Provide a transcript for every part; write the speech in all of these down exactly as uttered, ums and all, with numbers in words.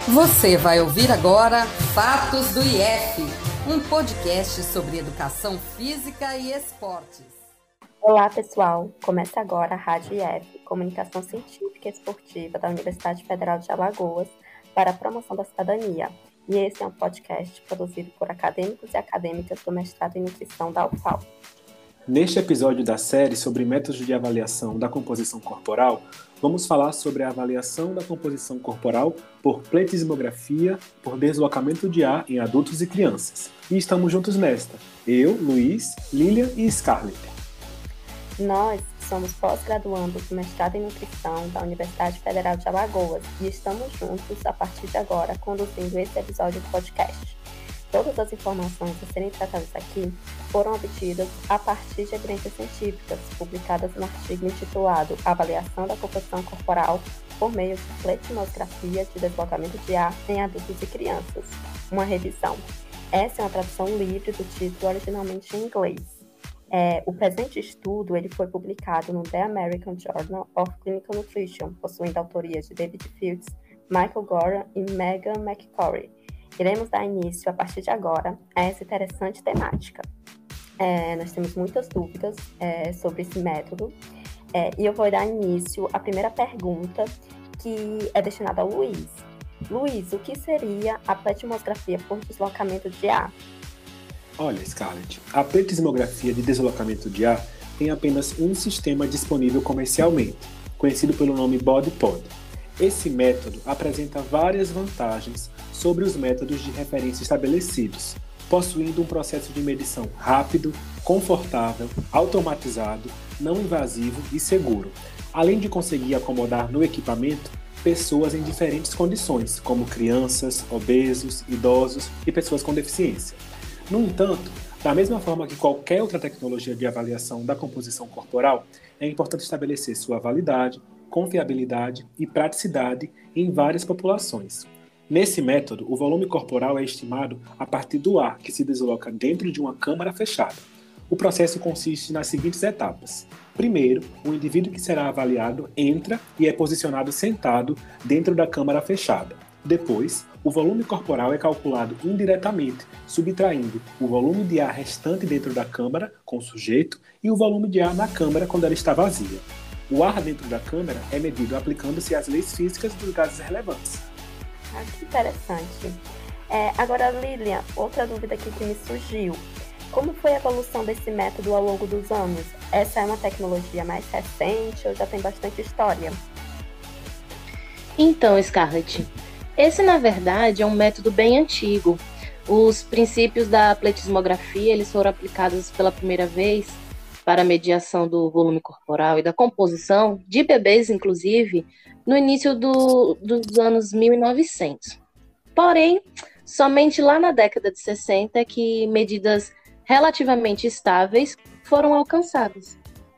Você vai ouvir agora Fatos do I F, um podcast sobre educação física e esportes. Olá, pessoal! Começa agora a Rádio I F, Comunicação Científica e Esportiva da Universidade Federal de Alagoas para a promoção da cidadania. E esse é um podcast produzido por acadêmicos e acadêmicas do mestrado em nutrição da U F A L. Neste episódio da série sobre métodos de avaliação da composição corporal, vamos falar sobre a avaliação da composição corporal por pletismografia por deslocamento de ar em adultos e crianças. E estamos juntos nesta, eu, Luiz, Lilian e Scarlett. Nós somos pós-graduandos do mestrado em nutrição da Universidade Federal de Alagoas e estamos juntos, a partir de agora, conduzindo esse episódio do podcast. Todas as informações a serem tratadas aqui foram obtidas a partir de evidências científicas publicadas no artigo intitulado Avaliação da Composição Corporal por meio de pletismografia de deslocamento de ar em adultos e crianças. Uma revisão. Essa é uma tradução livre do título originalmente em inglês. É, o presente estudo ele foi publicado no The American Journal of Clinical Nutrition, possuindo autoria de David Fields, Michael Goran e Megan McCrory. Iremos dar início, a partir de agora, a essa interessante temática. É, nós temos muitas dúvidas é, sobre esse método é, e eu vou dar início à primeira pergunta, que é destinada ao Luiz. Luiz, o que seria a pletismografia por deslocamento de ar? Olha, Scarlett, a pletismografia de deslocamento de ar tem apenas um sistema disponível comercialmente, conhecido pelo nome BodyPod. Esse método apresenta várias vantagens sobre os métodos de referência estabelecidos, possuindo um processo de medição rápido, confortável, automatizado, não invasivo e seguro, além de conseguir acomodar no equipamento pessoas em diferentes condições, como crianças, obesos, idosos e pessoas com deficiência. No entanto, da mesma forma que qualquer outra tecnologia de avaliação da composição corporal, é importante estabelecer sua validade, confiabilidade e praticidade em várias populações. Nesse método, o volume corporal é estimado a partir do ar que se desloca dentro de uma câmara fechada. O processo consiste nas seguintes etapas. Primeiro, o indivíduo que será avaliado entra e é posicionado sentado dentro da câmara fechada. Depois, o volume corporal é calculado indiretamente, subtraindo o volume de ar restante dentro da câmara, com o sujeito, e o volume de ar na câmara quando ela está vazia. O ar dentro da câmara é medido aplicando-se as leis físicas dos gases relevantes. Ah, que interessante. É, agora, Lilian, outra dúvida aqui que me surgiu. Como foi a evolução desse método ao longo dos anos? Essa é uma tecnologia mais recente ou já tem bastante história? Então, Scarlett, esse, na verdade, é um método bem antigo. Os princípios da pletismografia eles foram aplicados pela primeira vez para a mediação do volume corporal e da composição, de bebês, inclusive, no início do, dos anos mil e novecentos. Porém, somente lá na década de sessenta é que medidas relativamente estáveis foram alcançadas.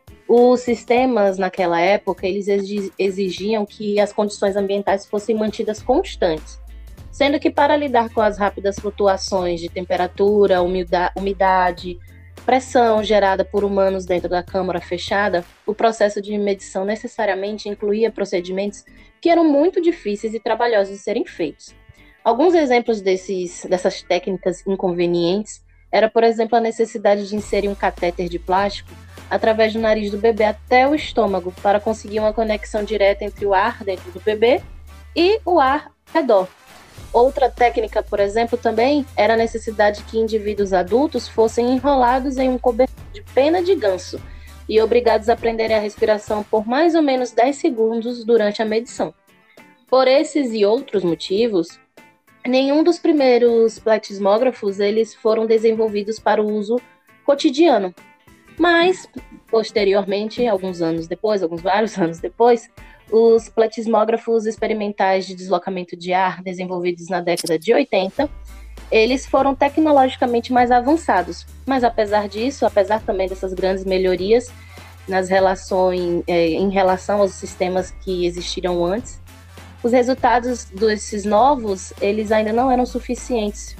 Os sistemas, naquela época, eles exigiam que as condições ambientais fossem mantidas constantes, sendo que para lidar com as rápidas flutuações de temperatura, umidade, pressão gerada por humanos dentro da câmara fechada, o processo de medição necessariamente incluía procedimentos que eram muito difíceis e trabalhosos de serem feitos. Alguns exemplos desses, dessas técnicas inconvenientes era, por exemplo, a necessidade de inserir um catéter de plástico através do nariz do bebê até o estômago para conseguir uma conexão direta entre o ar dentro do bebê e o ar ao redor. Outra técnica, por exemplo, também era a necessidade que indivíduos adultos fossem enrolados em um cobertor de pena de ganso e obrigados a prenderem a respiração por mais ou menos dez segundos durante a medição. Por esses e outros motivos, nenhum dos primeiros pletismógrafos eles foram desenvolvidos para o uso cotidiano. Mas, posteriormente, alguns anos depois, alguns vários anos depois, os pletismógrafos experimentais de deslocamento de ar desenvolvidos na década de oitenta, eles foram tecnologicamente mais avançados. Mas apesar disso, apesar também dessas grandes melhorias nas relações, eh, em relação aos sistemas que existiram antes, os resultados desses novos, eles ainda não eram suficientes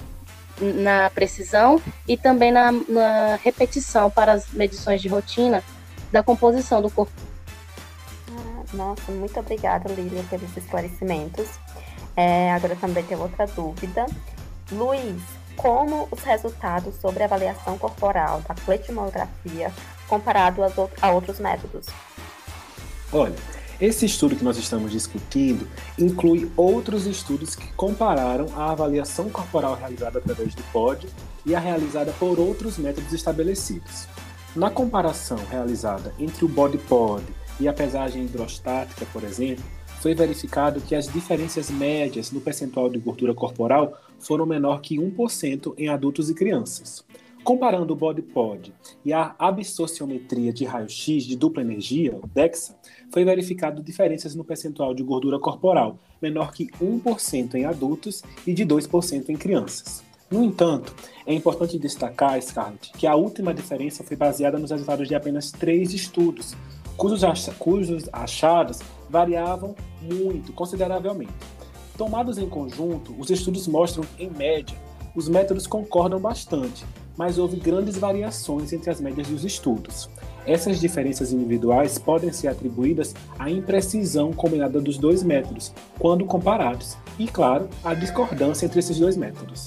na precisão e também na, na repetição para as medições de rotina da composição do corpo. Ah, nossa, muito obrigada, Lilian, pelos esclarecimentos. É, agora também tem outra dúvida. Luiz, como os resultados sobre a avaliação corporal da pletismografia comparado a outros métodos? Olha, esse estudo que nós estamos discutindo inclui outros estudos que compararam a avaliação corporal realizada através do P O D e a realizada por outros métodos estabelecidos. Na comparação realizada entre o Body P O D e a pesagem hidrostática, por exemplo, foi verificado que as diferenças médias no percentual de gordura corporal foram menor que um por cento em adultos e crianças. Comparando o Body P O D e a absorciometria de raio-x de dupla energia, o DEXA, foi verificado diferenças no percentual de gordura corporal, menor que um por cento em adultos e de dois por cento em crianças. No entanto, é importante destacar, Scarlett, que a última diferença foi baseada nos resultados de apenas três estudos, cujos, ach- cujos achados variavam muito, consideravelmente. Tomados em conjunto, os estudos mostram que, em média, os métodos concordam bastante, mas houve grandes variações entre as médias dos estudos. Essas diferenças individuais podem ser atribuídas à imprecisão combinada dos dois métodos, quando comparados, e, claro, à discordância entre esses dois métodos.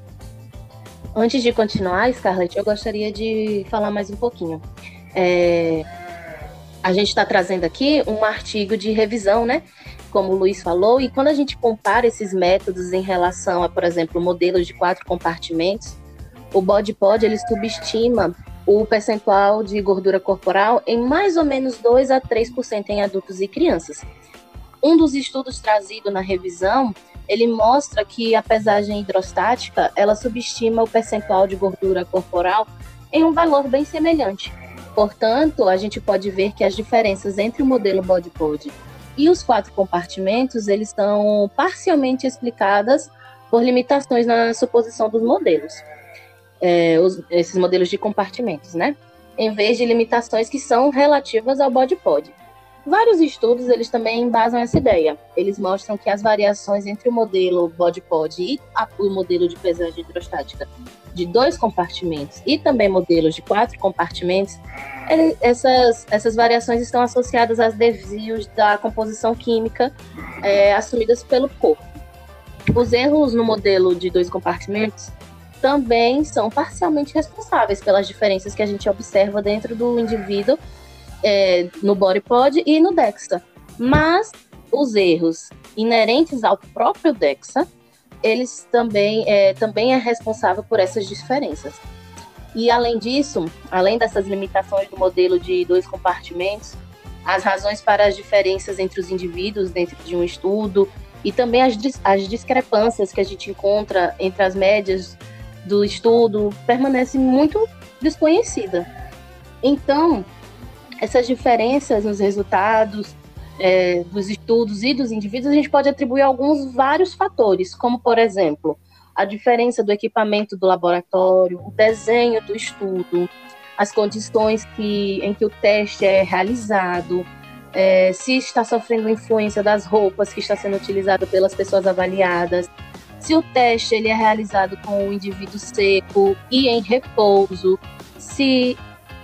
Antes de continuar, Scarlett, eu gostaria de falar mais um pouquinho. É... A gente está trazendo aqui um artigo de revisão, né? Como o Luiz falou, e quando a gente compara esses métodos em relação a, por exemplo, modelos de quatro compartimentos, o Body P O D ele subestima o percentual de gordura corporal em mais ou menos dois a três por cento em adultos e crianças. Um dos estudos trazido na revisão, ele mostra que a pesagem hidrostática, ela subestima o percentual de gordura corporal em um valor bem semelhante. Portanto, a gente pode ver que as diferenças entre o modelo Body P O D e os quatro compartimentos, eles estão parcialmente explicadas por limitações na suposição dos modelos. É, os, esses modelos de compartimentos, né? Em vez de limitações que são relativas ao Body P O D. Vários estudos, eles também embasam essa ideia. Eles mostram que as variações entre o modelo Body P O D e a, o modelo de pesagem hidrostática de dois compartimentos e também modelos de quatro compartimentos, ele, essas, essas variações estão associadas aos desvios da composição química é, assumidas pelo corpo. Os erros no modelo de dois compartimentos também são parcialmente responsáveis pelas diferenças que a gente observa dentro do indivíduo é, no Body P O D e no DEXA. Mas os erros inerentes ao próprio DEXA, eles também é, também é responsável por essas diferenças. E além disso, além dessas limitações do modelo de dois compartimentos, as razões para as diferenças entre os indivíduos dentro de um estudo e também as, as discrepâncias que a gente encontra entre as médias do estudo permanece muito desconhecida. Então, essas diferenças nos resultados é, dos estudos e dos indivíduos, a gente pode atribuir a alguns vários fatores, como, por exemplo, a diferença do equipamento do laboratório, o desenho do estudo, as condições que, em que o teste é realizado, é, se está sofrendo influência das roupas que está sendo utilizada pelas pessoas avaliadas, se o teste ele é realizado com o indivíduo seco e em repouso, se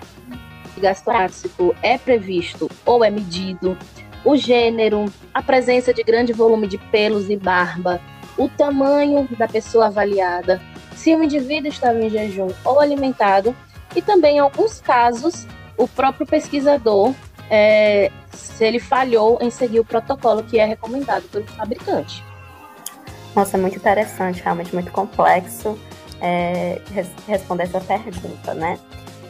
o gasto tóxico é previsto ou é medido, o gênero, a presença de grande volume de pelos e barba, o tamanho da pessoa avaliada, se o indivíduo estava em jejum ou alimentado, e também, em alguns casos, o próprio pesquisador, é, se ele falhou em seguir o protocolo que é recomendado pelo fabricante. Nossa, é muito interessante, realmente muito complexo é, res- responder essa pergunta, né?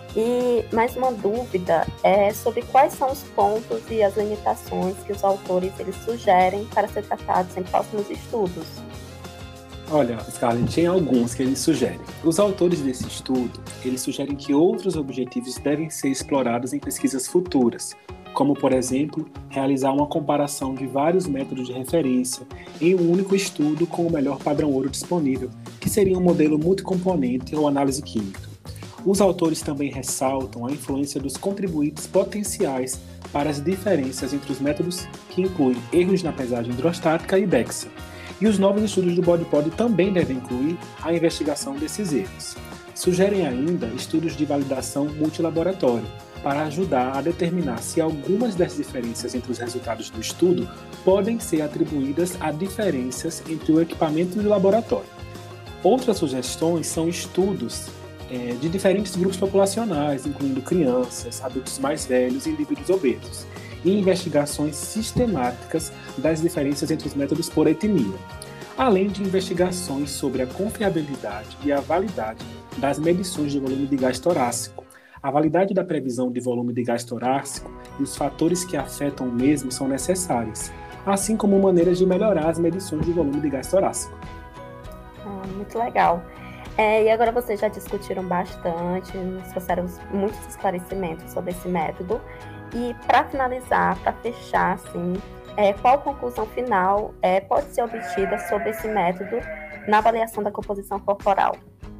E mais uma dúvida é sobre quais são os pontos e as limitações que os autores eles sugerem para ser tratados em próximos estudos. Olha, Scarlett, tem alguns que eles sugerem. Os autores desse estudo, eles sugerem que outros objetivos devem ser explorados em pesquisas futuras, como, por exemplo, realizar uma comparação de vários métodos de referência em um único estudo com o melhor padrão ouro disponível, que seria um modelo multicomponente ou análise química. Os autores também ressaltam a influência dos contribuintes potenciais para as diferenças entre os métodos, que incluem erros na pesagem hidrostática e DEXA. E os novos estudos do Body P O D também devem incluir a investigação desses erros. Sugerem ainda estudos de validação multilaboratório, para ajudar a determinar se algumas das diferenças entre os resultados do estudo podem ser atribuídas a diferenças entre o equipamento e o laboratório. Outras sugestões são estudos é, de diferentes grupos populacionais, incluindo crianças, adultos mais velhos e indivíduos obesos, e investigações sistemáticas das diferenças entre os métodos por etnia, além de investigações sobre a confiabilidade e a validade das medições de volume de gás torácico. A validade da previsão de volume de gás torácico e os fatores que afetam o mesmo são necessários, assim como maneiras de melhorar as medições de volume de gás torácico. Ah, muito legal. É, e agora vocês já discutiram bastante, nos trouxeram muitos esclarecimentos sobre esse método. E para finalizar, para fechar, assim, é, qual conclusão final é, pode ser obtida sobre esse método na avaliação da composição corporal?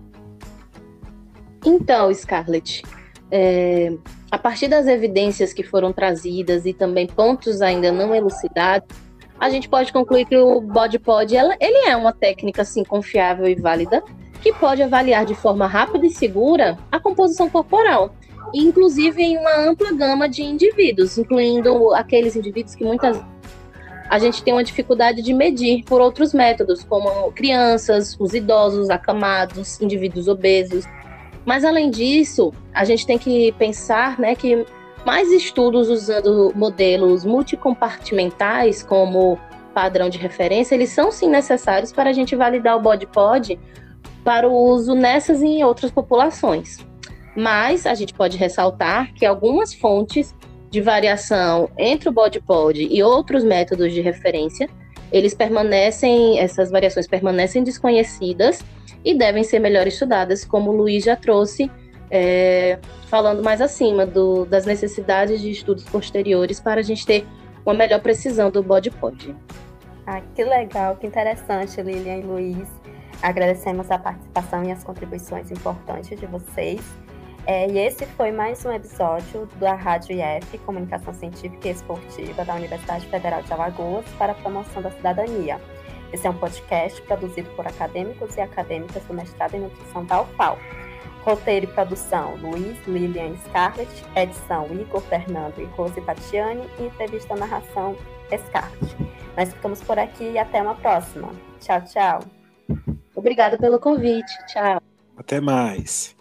Então, Scarlett, é, a partir das evidências que foram trazidas e também pontos ainda não elucidados, a gente pode concluir que o Body Pod ela, ele é uma técnica assim, confiável e válida que pode avaliar de forma rápida e segura a composição corporal, inclusive em uma ampla gama de indivíduos, incluindo aqueles indivíduos que muitas a gente tem uma dificuldade de medir por outros métodos, como crianças, os idosos, acamados, indivíduos obesos. Mas, além disso, a gente tem que pensar, né, que mais estudos usando modelos multicompartimentais como padrão de referência, eles são sim necessários para a gente validar o Body Pod para o uso nessas e em outras populações. Mas a gente pode ressaltar que algumas fontes de variação entre o Body Pod e outros métodos de referência, eles permanecem, essas variações permanecem desconhecidas e devem ser melhor estudadas, como o Luiz já trouxe, é, falando mais acima do, das necessidades de estudos posteriores para a gente ter uma melhor precisão do Body Pod. Ah, que legal, que interessante, Lilian e Luiz. Agradecemos a participação e as contribuições importantes de vocês. É, e esse foi mais um episódio da Rádio I F, Comunicação Científica e Esportiva da Universidade Federal de Alagoas para a Promoção da Cidadania. Esse é um podcast produzido por acadêmicos e acadêmicas do mestrado em nutrição da U F A L. Roteiro e produção, Luiz, Lilian e Scarlett. Edição, Igor, Fernando e Rose Batiani. E entrevista e narração, Scarlett. Nós ficamos por aqui e até uma próxima. Tchau, tchau. Obrigada pelo convite. Tchau. Até mais.